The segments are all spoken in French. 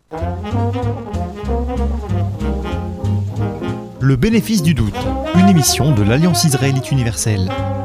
Le bénéfice du doute, une émission de l'Alliance israélite universelle.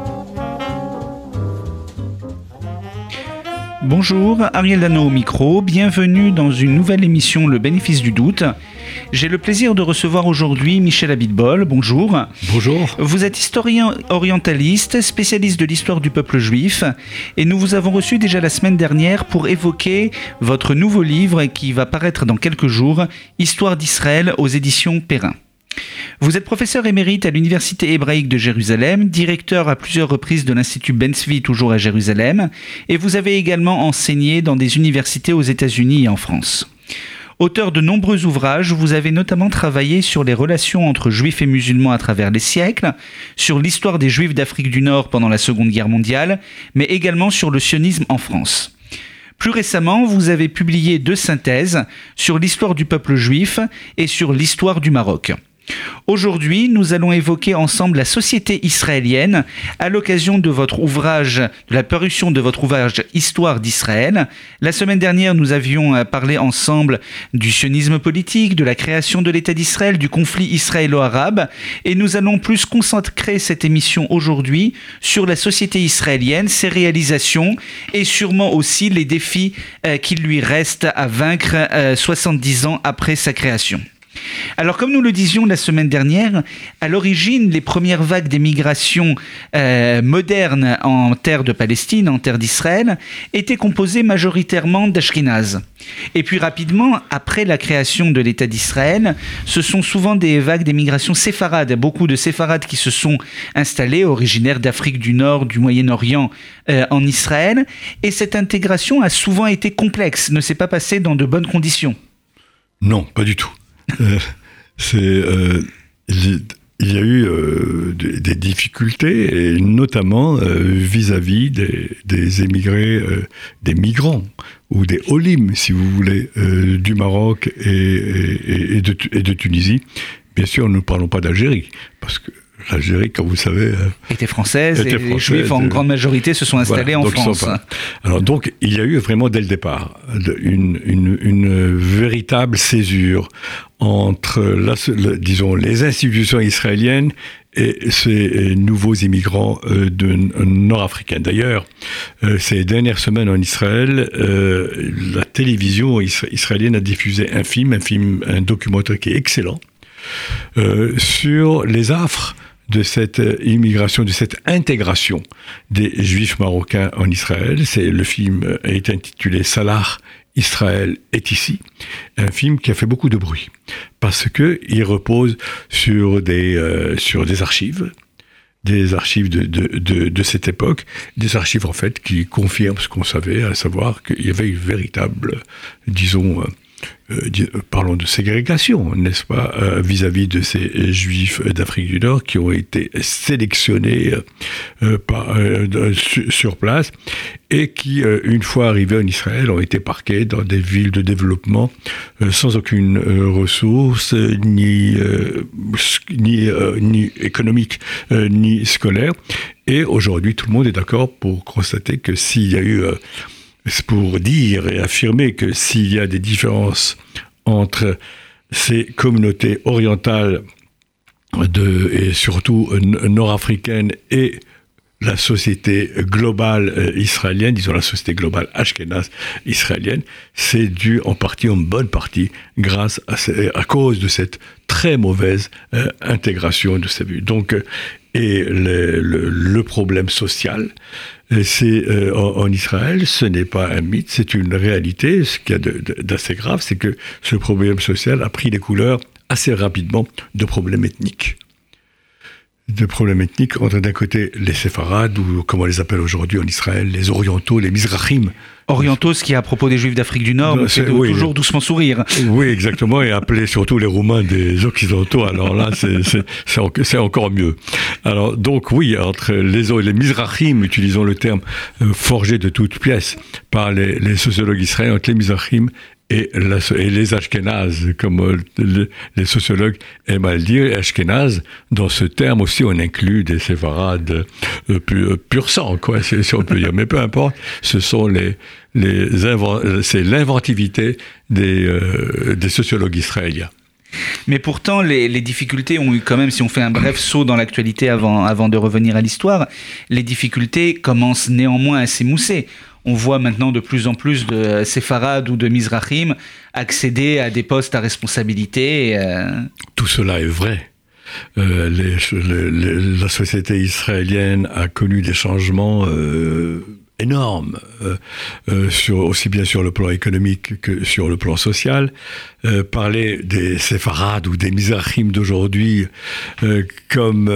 Bonjour, Ariel Dano au micro, bienvenue dans une nouvelle émission Le bénéfice du doute. J'ai le plaisir de recevoir aujourd'hui Michel Abitbol, bonjour. Bonjour. Vous êtes historien orientaliste, spécialiste de l'histoire du peuple juif, et nous vous avons reçu déjà la semaine dernière pour évoquer votre nouveau livre qui va paraître dans quelques jours, Histoire d'Israël aux éditions Perrin. Vous êtes professeur émérite à l'Université hébraïque de Jérusalem, directeur à plusieurs reprises de l'Institut Ben Tzvi, toujours à Jérusalem, et vous avez également enseigné dans des universités aux États-Unis et en France. Auteur de nombreux ouvrages, vous avez notamment travaillé sur les relations entre juifs et musulmans à travers les siècles, sur l'histoire des juifs d'Afrique du Nord pendant la Seconde Guerre mondiale, mais également sur le sionisme en France. Plus récemment, vous avez publié 2 synthèses sur l'histoire du peuple juif et sur l'histoire du Maroc. Aujourd'hui, nous allons évoquer ensemble la société israélienne à l'occasion de votre ouvrage, de la parution de votre ouvrage Histoire d'Israël. La semaine dernière, nous avions parlé ensemble du sionisme politique, de la création de l'État d'Israël, du conflit israélo-arabe, et nous allons plus concentrer cette émission aujourd'hui sur la société israélienne, ses réalisations et sûrement aussi les défis qu'il lui reste à vaincre 70 ans après sa création. Alors, comme nous le disions la semaine dernière, à l'origine, les premières vagues d'émigration modernes en terre de Palestine, en terre d'Israël, étaient composées majoritairement d'Ashkénazes. Et puis rapidement, après la création de l'État d'Israël, ce sont souvent des vagues d'émigration séfarades. Beaucoup de séfarades qui se sont installés, originaires d'Afrique du Nord, du Moyen-Orient, en Israël. Et cette intégration a souvent été complexe, ne s'est pas passée dans de bonnes conditions. Non, pas du tout. Il y a eu des difficultés, et notamment vis-à-vis des émigrés, des migrants, ou des Olim, si vous voulez, du Maroc et de Tunisie. Bien sûr, nous ne parlons pas d'Algérie, parce que l'Algérie, comme vous savez, était française, et les Juifs en grande majorité se sont installés en France. Alors donc, il y a eu vraiment dès le départ une véritable césure entre, les institutions israéliennes et ces nouveaux immigrants nord-africains. D'ailleurs, ces dernières semaines en Israël, la télévision israélienne a diffusé un documentaire qui est excellent, sur les affres de cette immigration, de cette intégration des Juifs marocains en Israël. Le film a été intitulé « Salah, Israël est ici », un film qui a fait beaucoup de bruit, parce qu'il repose sur des archives, de cette époque, des archives en fait qui confirment ce qu'on savait, à savoir qu'il y avait une véritable, parlons de ségrégation, n'est-ce pas, vis-à-vis de ces Juifs d'Afrique du Nord qui ont été sélectionnés sur place et qui, une fois arrivés en Israël, ont été parqués dans des villes de développement sans aucune ressource, ni économique, ni scolaire. Et aujourd'hui, tout le monde est d'accord pour constater que s'il y a eu... C'est pour dire et affirmer que s'il y a des différences entre ces communautés orientales et surtout nord-africaines et la société globale israélienne, disons la société globale ashkénaze israélienne, c'est dû en bonne partie, grâce à cause de cette très mauvaise intégration de ces vues. Donc, et le problème social, en Israël, ce n'est pas un mythe, c'est une réalité. Ce qu'il y a d'assez grave, c'est que ce problème social a pris les couleurs assez rapidement de problèmes ethniques. Entre d'un côté les séfarades, ou comme on les appelle aujourd'hui en Israël, les orientaux, les mizrachim. Orientaux, ce qui est à propos des Juifs d'Afrique du Nord, c'est toujours doucement sourire. Oui, exactement, et appeler surtout les Roumains des Occidentaux, alors là, c'est encore mieux. Alors, donc oui, entre les mizrachim, utilisons le terme forgé de toutes pièces par les sociologues israéliens, entre les mizrachim et les Ashkénazes, comme les sociologues aiment à le dire. Ashkénazes, dans ce terme aussi, on inclut des séfarades pur sang, quoi, si on peut dire. Mais peu importe, ce sont c'est l'inventivité des sociologues israéliens. Mais pourtant, les difficultés ont eu quand même, si on fait un bref saut dans l'actualité avant de revenir à l'histoire, les difficultés commencent néanmoins à s'émousser. On voit maintenant de plus en plus de séfarades ou de mizrahim accéder à des postes à responsabilité. Tout cela est vrai. La société israélienne a connu des changements énorme, aussi bien sur le plan économique que sur le plan social. Parler des séfarades ou des mizrahim d'aujourd'hui comme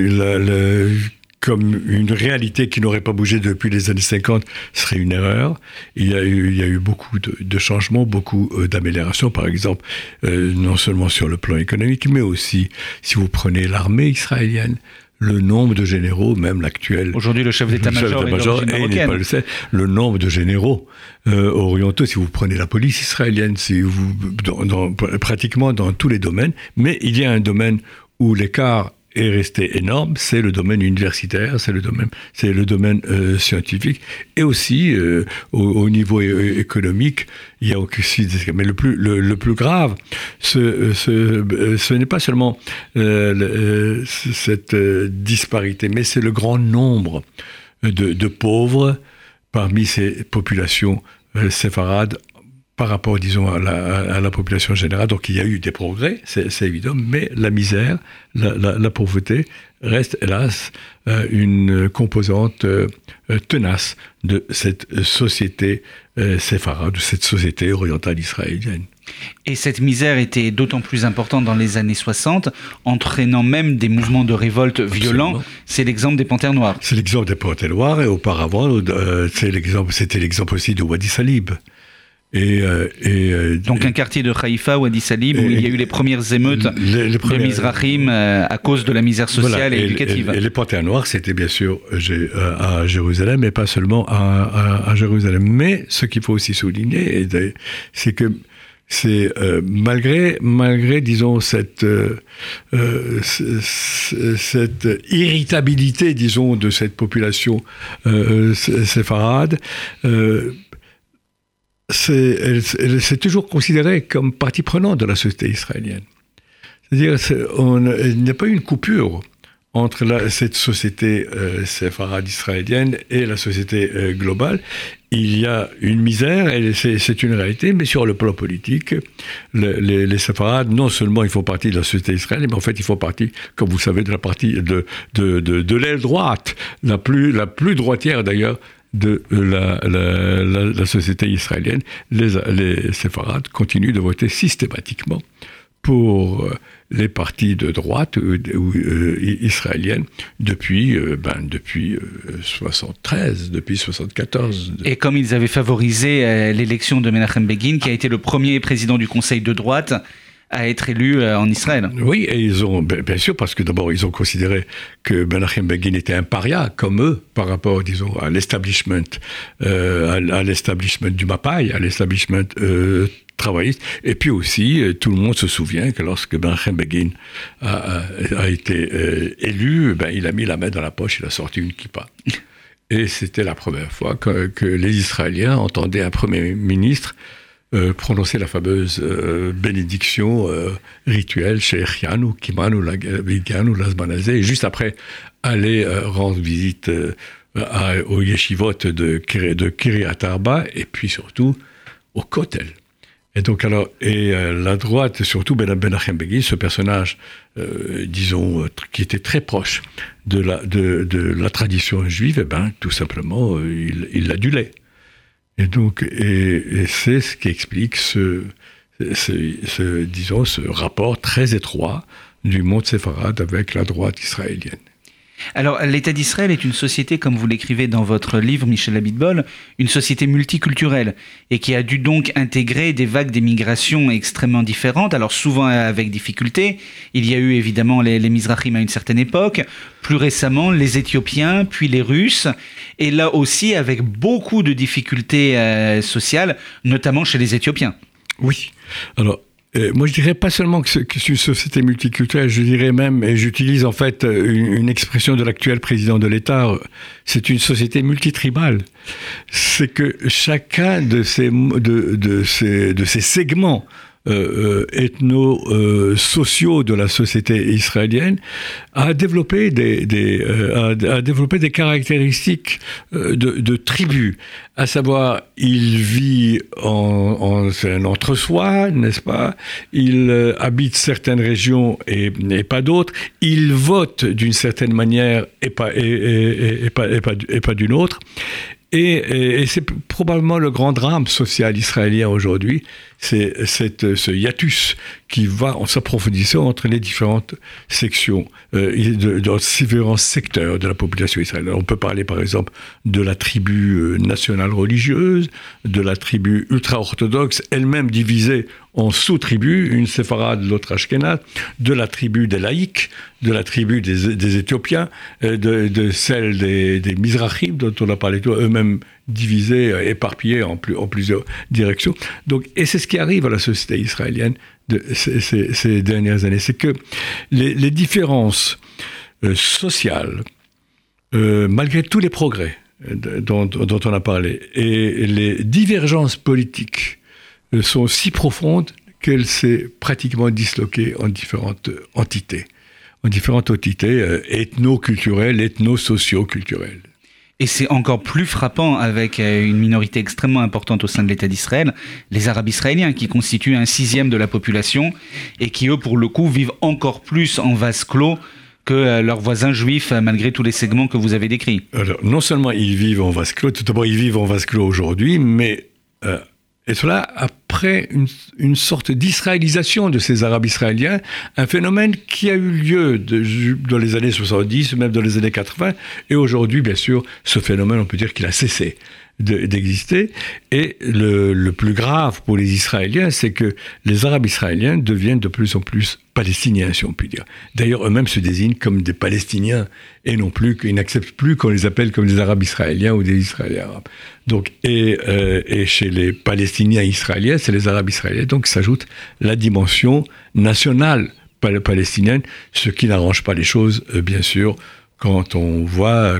une réalité qui n'aurait pas bougé depuis les années 50 serait une erreur. Il y a eu beaucoup de changements, beaucoup d'améliorations, par exemple, non seulement sur le plan économique, mais aussi si vous prenez l'armée israélienne. Le nombre de généraux, même l'actuel... Aujourd'hui, le chef d'état-major est d'origine marocaine. Le nombre de généraux orientaux, si vous prenez la police israélienne, pratiquement dans tous les domaines, mais il y a un domaine où l'écart est resté énorme, c'est le domaine universitaire, c'est le domaine scientifique, et aussi au niveau économique, il y a aussi mais le plus grave, ce n'est pas seulement cette disparité, mais c'est le grand nombre de pauvres parmi ces populations séfarades par rapport, disons, à la population générale. Donc il y a eu des progrès, c'est évident, mais la misère, la pauvreté reste, hélas, une composante tenace de cette société séfarade, de cette société orientale israélienne. Et cette misère était d'autant plus importante dans les années 60, entraînant même des mouvements de révolte violents. Absolument. C'est l'exemple des Panthères Noires. C'est l'exemple des Panthères Noires, et auparavant, c'était l'exemple aussi de Wadi Salib. Donc un quartier de Haïfa, Wadi Salib, où il y a eu les premières émeutes de Mizrahim à cause de la misère sociale et éducative. Et les Panthères Noires, c'était bien sûr à Jérusalem, mais pas seulement à Jérusalem. Mais ce qu'il faut aussi souligner, c'est que c'est malgré, disons, cette irritabilité, disons, de cette population séfarade, c'est toujours considéré comme partie prenante de la société israélienne. C'est-à-dire il n'y a pas eu une coupure entre cette société séfarade israélienne et la société globale. Il y a une misère, et c'est une réalité, mais sur le plan politique, les séfarades, non seulement ils font partie de la société israélienne, mais en fait ils font partie, comme vous savez, de la partie de l'aile droite, la plus droitière d'ailleurs, de la société israélienne. Les séfarades continuent de voter systématiquement pour les partis de droite israéliennes depuis 73, depuis 74. Et comme ils avaient favorisé l'élection de Menachem Begin, qui a été le premier président du Conseil de droite à être élu en Israël. Oui, et ils ont, bien sûr, parce que d'abord, ils ont considéré que Menachem Begin était un paria, comme eux, par rapport, disons, à l'establishment du Mapai, à l'establishment travailliste. Et puis aussi, tout le monde se souvient que lorsque Menachem Begin a été élu, il a mis la main dans la poche, il a sorti une kippa. Et c'était la première fois que les Israéliens entendaient un premier ministre prononcer la fameuse bénédiction rituelle chez Echianu, Kimanu, Viganu, Lasbanazé, et juste après aller rendre visite au yeshivot de Kiryat Arba, et puis surtout au Kotel. Et donc la droite, surtout Menachem Begin, ce personnage, disons, qui était très proche de la tradition juive, tout simplement, il l'adulait. Et donc, et c'est ce qui explique ce rapport très étroit du monde séfarade avec la droite israélienne. Alors, l'État d'Israël est une société, comme vous l'écrivez dans votre livre, Michel Abitbol, une société multiculturelle, et qui a dû donc intégrer des vagues d'émigration extrêmement différentes, alors souvent avec difficulté. Il y a eu évidemment les Mizrahim à une certaine époque, plus récemment les Éthiopiens, puis les Russes, et là aussi avec beaucoup de difficultés sociales, notamment chez les Éthiopiens. Oui. Alors, moi, je dirais pas seulement que c'est une société multiculturelle, je dirais même, et j'utilise en fait une expression de l'actuel président de l'État, c'est une société multitribale. C'est que chacun de ces segments ethno-sociaux de la société israélienne a développé des caractéristiques de tribus, à savoir il vit c'est un entre-soi, n'est-ce pas? Il habite certaines régions et pas d'autres. Il vote d'une certaine manière et pas d'une autre. Et c'est probablement le grand drame social israélien aujourd'hui, c'est ce hiatus qui va en s'approfondissant entre les différentes sections, dans différents secteurs de la population israélienne. On peut parler par exemple de la tribu nationale religieuse, de la tribu ultra-orthodoxe, elle-même divisée en sous-tribus, une séfarade, l'autre ashkénaze, de la tribu des laïcs, de la tribu des Éthiopiens, de celle des Mizrahim, dont on a parlé, eux-mêmes divisés, éparpillés en plusieurs directions. Donc, et c'est ce qui arrive à la société israélienne de ces dernières années, c'est que les différences sociales, malgré tous les progrès dont on a parlé, et les divergences politiques sont si profondes qu'elle s'est pratiquement disloquée en différentes entités ethno-culturelles, ethno-socio-culturelles. Et c'est encore plus frappant avec une minorité extrêmement importante au sein de l'État d'Israël, les Arabes israéliens, qui constituent 1/6 de la population et qui, eux, pour le coup, vivent encore plus en vase clos que leurs voisins juifs, malgré tous les segments que vous avez décrits. Alors, non seulement ils vivent en vase clos, tout d'abord ils vivent en vase clos aujourd'hui, mais et cela après une sorte d'israélisation de ces Arabes israéliens, un phénomène qui a eu lieu dans les années 70, même dans les années 80, et aujourd'hui, bien sûr, ce phénomène, on peut dire qu'il a cessé d'exister. Et le plus grave pour les Israéliens, c'est que les Arabes israéliens deviennent de plus en plus palestiniens, si on peut dire. D'ailleurs, eux-mêmes se désignent comme des Palestiniens et non plus, ils n'acceptent plus qu'on les appelle comme des Arabes israéliens ou des Israéliens arabes. Donc, et chez les Palestiniens israéliens, c'est les Arabes israéliens. Donc, s'ajoute la dimension nationale palestinienne, ce qui n'arrange pas les choses, bien sûr, quand on voit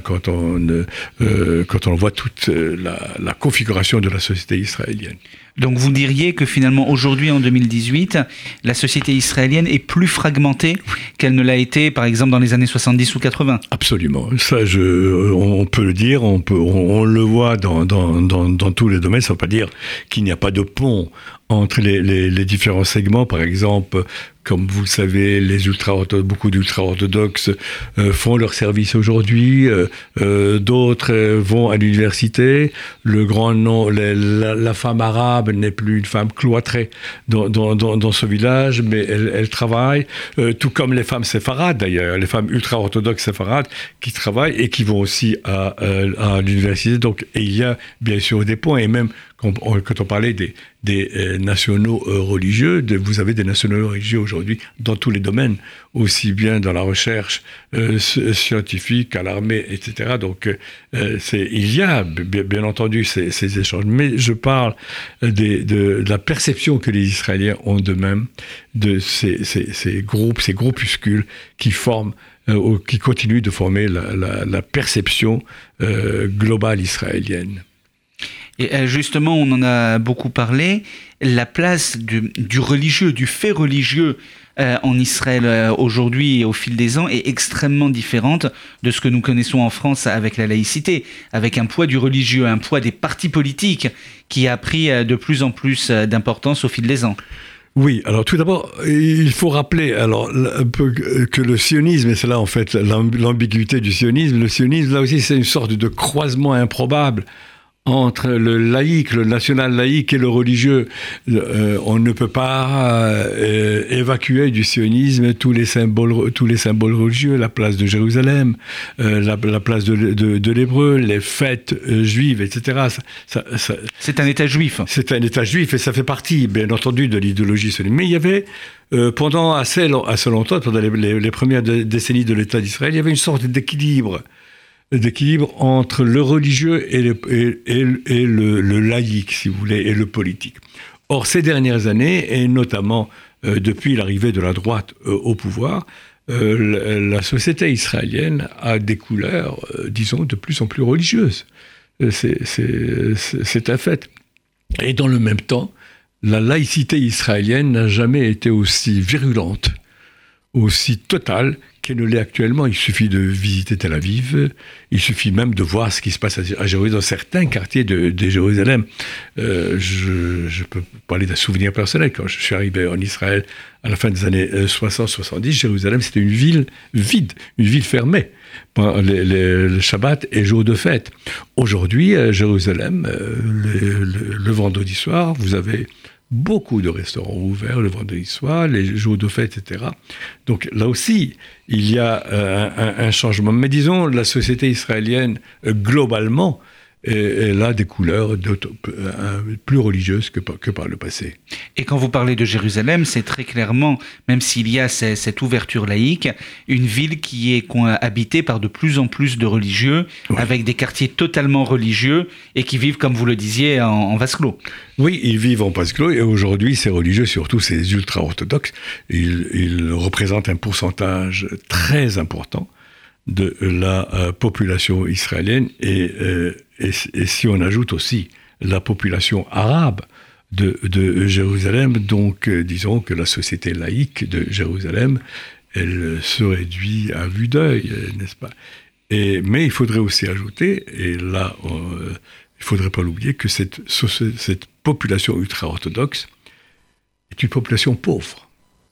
toute la configuration de la société israélienne. Donc vous diriez que finalement aujourd'hui en 2018, la société israélienne est plus fragmentée qu'elle ne l'a été par exemple dans les années 70 ou 80 ? Absolument, ça on peut le dire, on le voit dans tous les domaines, ça ne veut pas dire qu'il n'y a pas de pont entre les différents segments, par exemple. Comme vous le savez, beaucoup d'ultra-orthodoxes font leur service aujourd'hui, d'autres vont à l'université. Le grand nom, la femme arabe n'est plus une femme cloîtrée dans ce village, mais elle travaille, tout comme les femmes séfarades d'ailleurs, les femmes ultra-orthodoxes séfarades qui travaillent et qui vont aussi à l'université. Donc, et il y a bien sûr des points, et même quand on parlait des nationaux religieux, vous avez des nationaux religieux aujourd'hui dans tous les domaines, aussi bien dans la recherche scientifique, à l'armée, etc. Donc, il y a bien entendu ces échanges. Mais je parle de la perception que les Israéliens ont d'eux-mêmes, de ces groupuscules qui forment, qui continuent de former la perception globale israélienne. Et justement, on en a beaucoup parlé, la place du religieux, du fait religieux en Israël aujourd'hui et au fil des ans est extrêmement différente de ce que nous connaissons en France avec la laïcité, avec un poids du religieux, un poids des partis politiques qui a pris de plus en plus d'importance au fil des ans. Oui, alors tout d'abord, il faut rappeler un peu que le sionisme, et c'est là en fait l'ambiguïté du sionisme, le sionisme là aussi c'est une sorte de croisement improbable entre le laïque, le national laïque et le religieux. On ne peut pas évacuer du sionisme tous les symboles religieux, la place de Jérusalem, la place de l'Hébreu, les fêtes juives, etc. C'est un État juif. C'est un État juif et ça fait partie, bien entendu, de l'idéologie sioniste. Mais il y avait, pendant assez longtemps, pendant les premières décennies de l'État d'Israël, il y avait une sorte d'équilibre entre le religieux et le laïque, si vous voulez, et le politique. Or, ces dernières années, et notamment depuis l'arrivée de la droite au pouvoir, la société israélienne a des couleurs, disons, de plus en plus religieuses. C'est un fait. Et dans le même temps, la laïcité israélienne n'a jamais été aussi virulente, aussi totale qu'elle ne l'est actuellement. Il suffit de visiter Tel Aviv, il suffit même de voir ce qui se passe à Jérusalem, dans certains quartiers de Jérusalem. Je peux parler d'un souvenir personnel. Quand je suis arrivé en Israël à la fin des années 60-70, Jérusalem, c'était une ville vide, une ville fermée. Le Shabbat et jour de fête. Aujourd'hui, à Jérusalem, le vendredi soir, vous avez beaucoup de restaurants ouverts le vendredi soir, les jours de fête, etc. Donc là aussi, il y a un changement. Mais disons, la société israélienne, globalement, elle a des couleurs plus religieuses que par le passé. Et quand vous parlez de Jérusalem, c'est très clairement, même s'il y a cette ouverture laïque, une ville qui est habitée par de plus en plus de religieux, oui, avec des quartiers totalement religieux et qui vivent, comme vous le disiez, en vase clos. Oui, ils vivent en vase clos et aujourd'hui, ces religieux, surtout ces ultra-orthodoxes, ils représentent un pourcentage très important de la population israélienne et si on ajoute aussi la population arabe de Jérusalem, donc disons que la société laïque de Jérusalem, elle se réduit à vue d'œil, n'est-ce pas ? Mais il faudrait aussi ajouter, et là il ne faudrait pas l'oublier, que cette population ultra-orthodoxe est une population pauvre.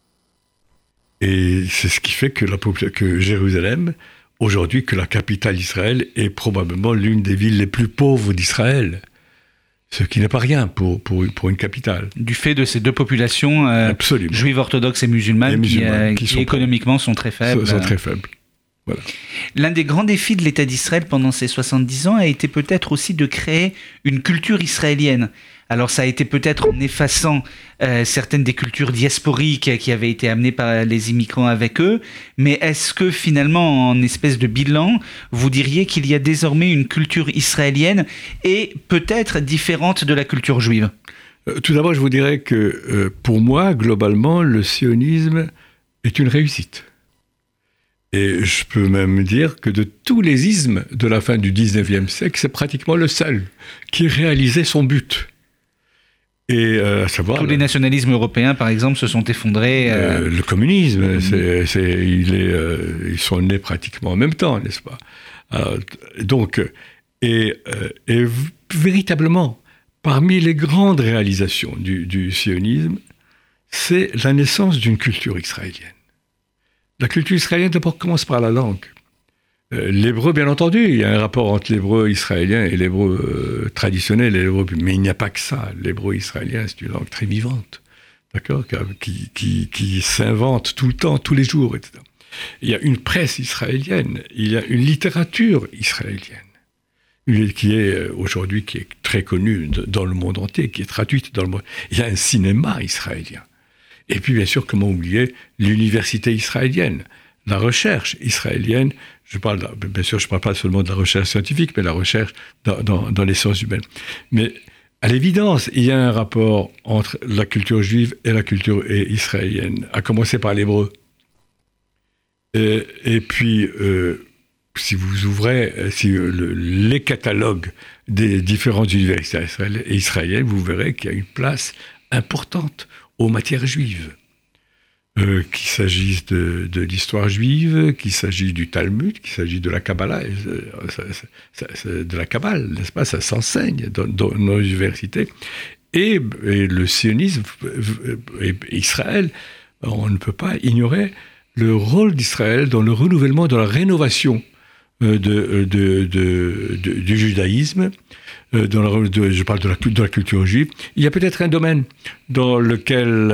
Et c'est ce qui fait que Jérusalem, aujourd'hui, que la capitale d'Israël est probablement l'une des villes les plus pauvres d'Israël. Ce qui n'est pas rien pour une capitale. Du fait de ces deux populations, juives orthodoxes et musulmanes, qui économiquement sont très faibles. Sont très faibles. Voilà. L'un des grands défis de l'État d'Israël pendant ces 70 ans a été peut-être aussi de créer une culture israélienne. Alors ça a été peut-être en effaçant certaines des cultures diasporiques qui avaient été amenées par les immigrants avec eux, mais est-ce que finalement, en espèce de bilan, vous diriez qu'il y a désormais une culture israélienne et peut-être différente de la culture juive ? Tout d'abord, je vous dirais que pour moi, globalement, le sionisme est une réussite. Et je peux même dire que de tous les ismes de la fin du 19e siècle, c'est pratiquement le seul qui réalisait son but. Et à savoir, tous les nationalismes européens, par exemple, se sont effondrés. Le communisme, ils sont nés pratiquement en même temps, n'est-ce pas ? Et véritablement, parmi les grandes réalisations du sionisme, c'est la naissance d'une culture israélienne. La culture israélienne, d'abord, commence par la langue. L'hébreu, bien entendu, il y a un rapport entre l'hébreu israélien et l'hébreu traditionnel, mais il n'y a pas que ça. L'hébreu israélien, c'est une langue très vivante, d'accord, qui s'invente tout le temps, tous les jours, etc. Il y a une presse israélienne, il y a une littérature israélienne, qui est aujourd'hui très connue dans le monde entier, qui est traduite dans le monde. Il y a un cinéma israélien. Et puis, bien sûr, comment oublier l'université israélienne, la recherche israélienne. Bien sûr, je ne parle pas seulement de la recherche scientifique, mais la recherche dans les sciences humaines. Mais à l'évidence, il y a un rapport entre la culture juive et la culture israélienne, à commencer par l'hébreu. Et puis, si vous ouvrez les catalogues des différentes universités israéliennes, vous verrez qu'il y a une place importante aux matières juives. Qu'il s'agisse de l'histoire juive, qu'il s'agisse du Talmud, qu'il s'agisse de la Kabbalah, de la Kabbale, n'est-ce pas ? Ça s'enseigne dans nos universités. Et le sionisme, et Israël, on ne peut pas ignorer le rôle d'Israël dans le renouvellement, dans la rénovation du judaïsme. Je parle de la culture juive. Il y a peut-être un domaine dans lequel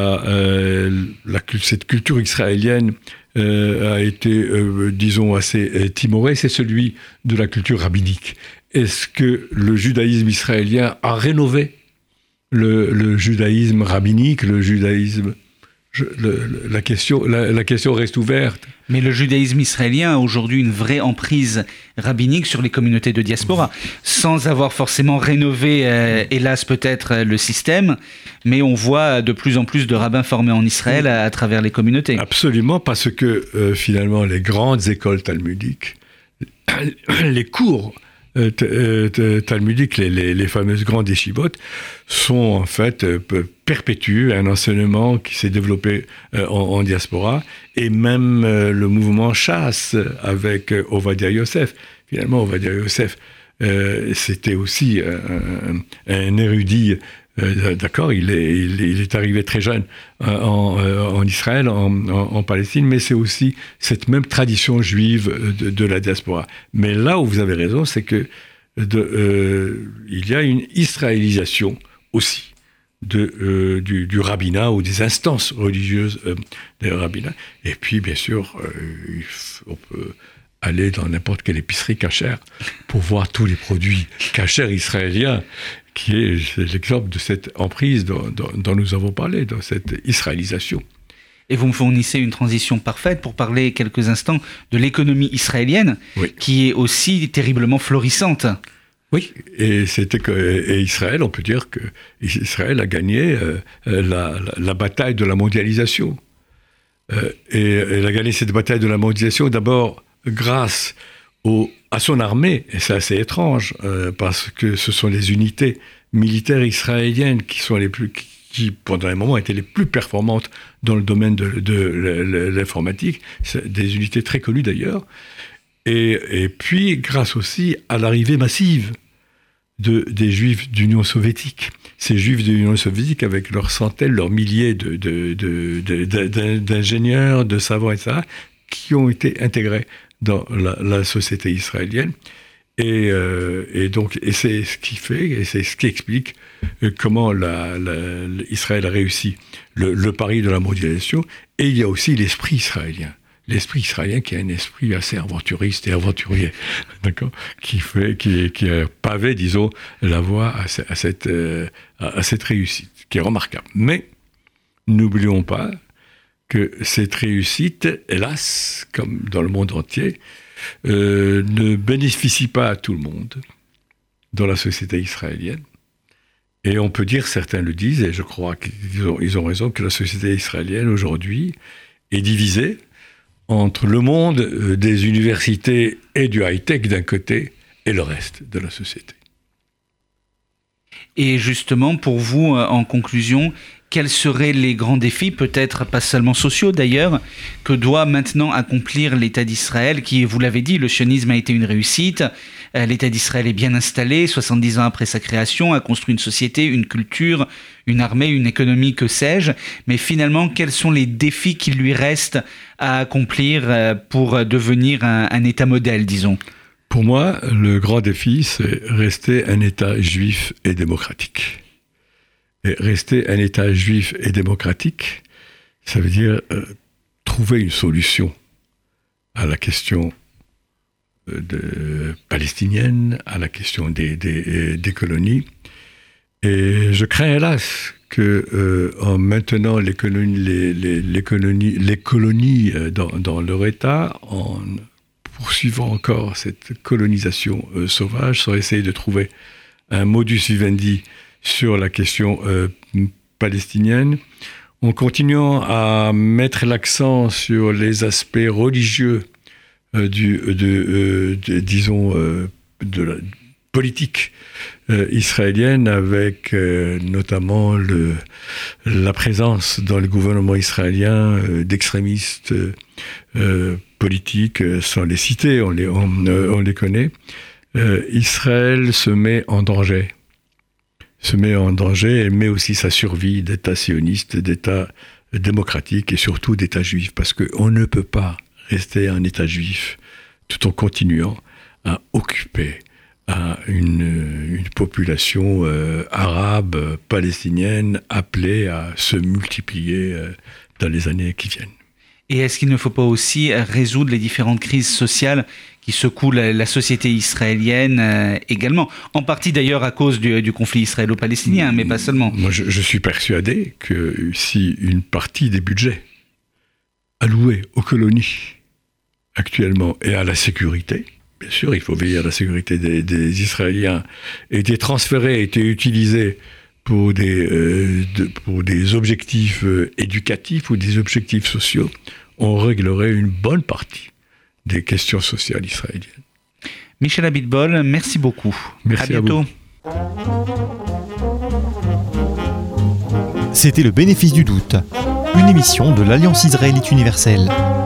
cette culture israélienne a été, disons, assez timorée, c'est celui de la culture rabbinique. Est-ce que le judaïsme israélien a rénové le judaïsme rabbinique, le judaïsme la question reste ouverte. Mais le judaïsme israélien a aujourd'hui une vraie emprise rabbinique sur les communautés de diaspora, sans avoir forcément rénové, hélas peut-être, le système, mais on voit de plus en plus de rabbins formés en Israël à travers les communautés. Absolument, parce que finalement les grandes écoles talmudiques, les cours talmudiques, les fameuses grandes yeshivot, sont en fait perpétuent un enseignement qui s'est développé en diaspora, et même le mouvement chasse avec Ovadia Yosef. Finalement, Ovadia Yosef, c'était aussi un érudit. D'accord, il est arrivé très jeune en Israël, en Palestine, mais c'est aussi cette même tradition juive de la diaspora. Mais là où vous avez raison, c'est que il y a une israélisation aussi du rabbinat ou des instances religieuses des rabbinats. Et puis, bien sûr, on peut aller dans n'importe quelle épicerie cachère pour voir tous les produits cachers israéliens, qui est l'exemple de cette emprise dont nous avons parlé, de cette israélisation. Et vous me fournissez une transition parfaite pour parler quelques instants de l'économie israélienne, oui, qui est aussi terriblement florissante. Oui, et Israël, on peut dire que Israël a gagné la bataille de la mondialisation. Et elle a gagné cette bataille de la mondialisation d'abord grâce à son armée, et c'est assez étrange, parce que ce sont les unités militaires israéliennes qui pendant un moment étaient les plus performantes dans le domaine de l'informatique, c'est des unités très connues d'ailleurs, et puis grâce aussi à l'arrivée massive des Juifs d'Union soviétique. Ces Juifs de l'Union soviétique, avec leurs centaines, leurs milliers d'ingénieurs, de savants, etc., qui ont été intégrés dans la société israélienne, et c'est ce qui fait, et c'est ce qui explique comment Israël a réussi le pari de la mondialisation. Et il y a aussi l'esprit israélien qui est un esprit assez aventuriste et aventurier, d'accord, qui a pavé, disons, la voie à cette réussite, qui est remarquable. Mais n'oublions pas que cette réussite, hélas, comme dans le monde entier, ne bénéficie pas à tout le monde dans la société israélienne. Et on peut dire, certains le disent, et je crois qu'ils ont raison, que la société israélienne aujourd'hui est divisée entre le monde des universités et du high-tech d'un côté et le reste de la société. Et justement, pour vous, en conclusion, quels seraient les grands défis, peut-être pas seulement sociaux d'ailleurs, que doit maintenant accomplir l'État d'Israël, qui, vous l'avez dit, le sionisme a été une réussite, l'État d'Israël est bien installé, 70 ans après sa création, a construit une société, une culture, une armée, une économie, que sais-je, mais finalement, quels sont les défis qui lui restent à accomplir pour devenir un État modèle, disons ? Pour moi, le grand défi, c'est rester un État juif et démocratique. Et rester un État juif et démocratique, ça veut dire trouver une solution à la question palestinienne, à la question des colonies. Et je crains, hélas, que en maintenant les colonies dans leur État, en poursuivant encore cette colonisation sauvage, sans essayer de trouver un modus vivendi sur la question palestinienne, en continuant à mettre l'accent sur les aspects religieux de la politique israélienne, avec notamment la présence dans le gouvernement israélien d'extrémistes politiques, sans les citer, on les connaît. Israël se met en danger, et met aussi sa survie d'État sioniste, d'État démocratique et surtout d'État juif, parce qu'on ne peut pas rester un État juif tout en continuant à occuper une population arabe, palestinienne, appelée à se multiplier dans les années qui viennent. Et est-ce qu'il ne faut pas aussi résoudre les différentes crises sociales qui secouent la société israélienne également, en partie d'ailleurs à cause du conflit israélo-palestinien, mais pas seulement. Moi, je suis persuadé que si une partie des budgets alloués aux colonies actuellement et à la sécurité, bien sûr, il faut veiller à la sécurité des Israéliens, étaient transférés, étaient utilisés pour des objectifs éducatifs ou des objectifs sociaux, on réglerait une bonne partie des questions sociales israéliennes. Michel Abitbol, merci beaucoup. Merci à bientôt. C'était Le Bénéfice du Doute, une émission de l'Alliance israélite universelle.